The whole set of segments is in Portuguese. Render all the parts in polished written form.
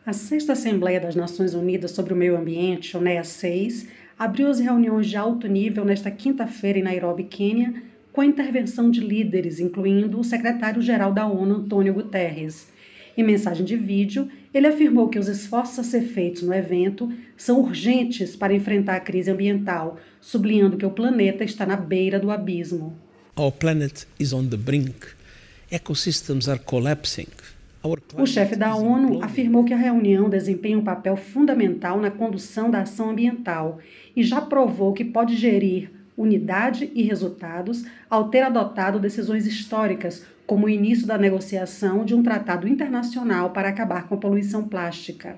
A Sexta Assembleia das Nações Unidas sobre o Meio Ambiente, UNEA 6, abriu as reuniões de alto nível nesta quinta-feira em Nairobi, Quênia, com a intervenção de líderes, incluindo o secretário-geral da ONU, Antônio Guterres. Em mensagem de vídeo, ele afirmou que os esforços a ser feitos no evento são urgentes para enfrentar a crise ambiental, sublinhando que o planeta está na beira do abismo. Our planet is on the brink. Ecosystems are collapsing. O chefe da ONU afirmou que a reunião desempenha um papel fundamental na condução da ação ambiental e já provou que pode gerir unidade e resultados ao ter adotado decisões históricas, como o início da negociação de um tratado internacional para acabar com a poluição plástica.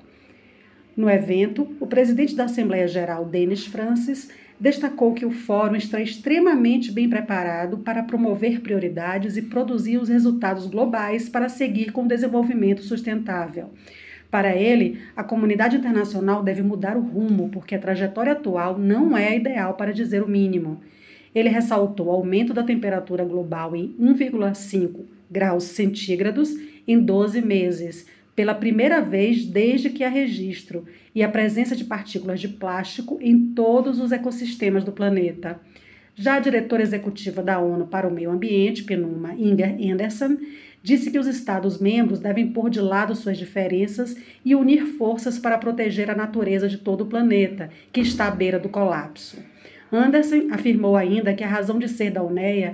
No evento, o presidente da Assembleia Geral, Denis Francis, destacou que o fórum está extremamente bem preparado para promover prioridades e produzir os resultados globais para seguir com o desenvolvimento sustentável. Para ele, a comunidade internacional deve mudar o rumo, porque a trajetória atual não é a ideal, para dizer o mínimo. Ele ressaltou o aumento da temperatura global em 1,5 graus centígrados em 12 meses, pela primeira vez desde que há registro, e a presença de partículas de plástico em todos os ecossistemas do planeta. Já a diretora executiva da ONU para o Meio Ambiente, PNUMA, Inger Anderson, disse que os Estados-membros devem pôr de lado suas diferenças e unir forças para proteger a natureza de todo o planeta, que está à beira do colapso. Anderson afirmou ainda que a razão de ser da UNEA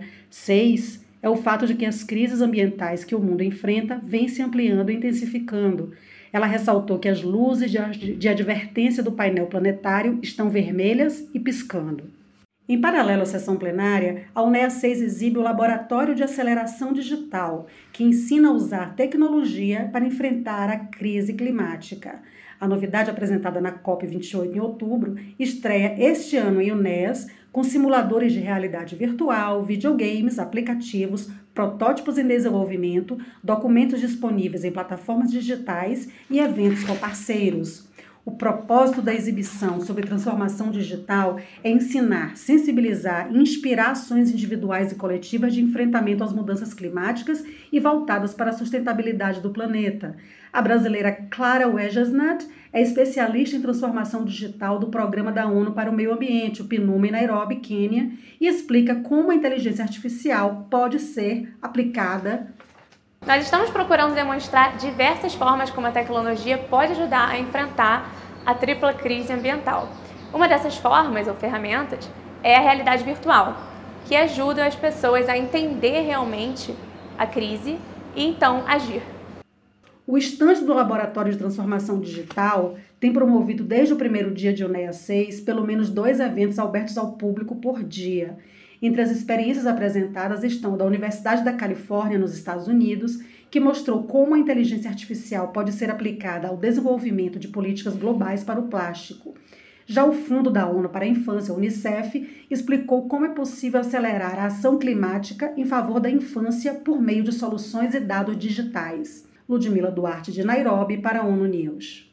6 é o fato de que as crises ambientais que o mundo enfrenta vêm se ampliando e intensificando. Ela ressaltou que as luzes de advertência do painel planetário estão vermelhas e piscando. Em paralelo à sessão plenária, a UNEA 6 exibe o Laboratório de Aceleração Digital, que ensina a usar tecnologia para enfrentar a crise climática. A novidade apresentada na COP28 em outubro estreia este ano em UNEAs com simuladores de realidade virtual, videogames, aplicativos, protótipos em desenvolvimento, documentos disponíveis em plataformas digitais e eventos com parceiros. O propósito da exibição sobre transformação digital é ensinar, sensibilizar e inspirar ações individuais e coletivas de enfrentamento às mudanças climáticas e voltadas para a sustentabilidade do planeta. A brasileira Clara Wejesnat é especialista em transformação digital do Programa da ONU para o Meio Ambiente, o PNUMA, em Nairobi, Quênia, e explica como a inteligência artificial pode ser aplicada. Nós estamos procurando demonstrar diversas formas como a tecnologia pode ajudar a enfrentar a tripla crise ambiental. Uma dessas formas ou ferramentas é a realidade virtual, que ajuda as pessoas a entender realmente a crise e então agir. O estande do Laboratório de Transformação Digital tem promovido desde o primeiro dia de UNEA 6 pelo menos 2 eventos abertos ao público por dia. Entre as experiências apresentadas estão da Universidade da Califórnia, nos Estados Unidos, que mostrou como a inteligência artificial pode ser aplicada ao desenvolvimento de políticas globais para o plástico. Já o Fundo da ONU para a Infância, Unicef, explicou como é possível acelerar a ação climática em favor da infância por meio de soluções e dados digitais. Ludmila Duarte, de Nairobi, para a ONU News.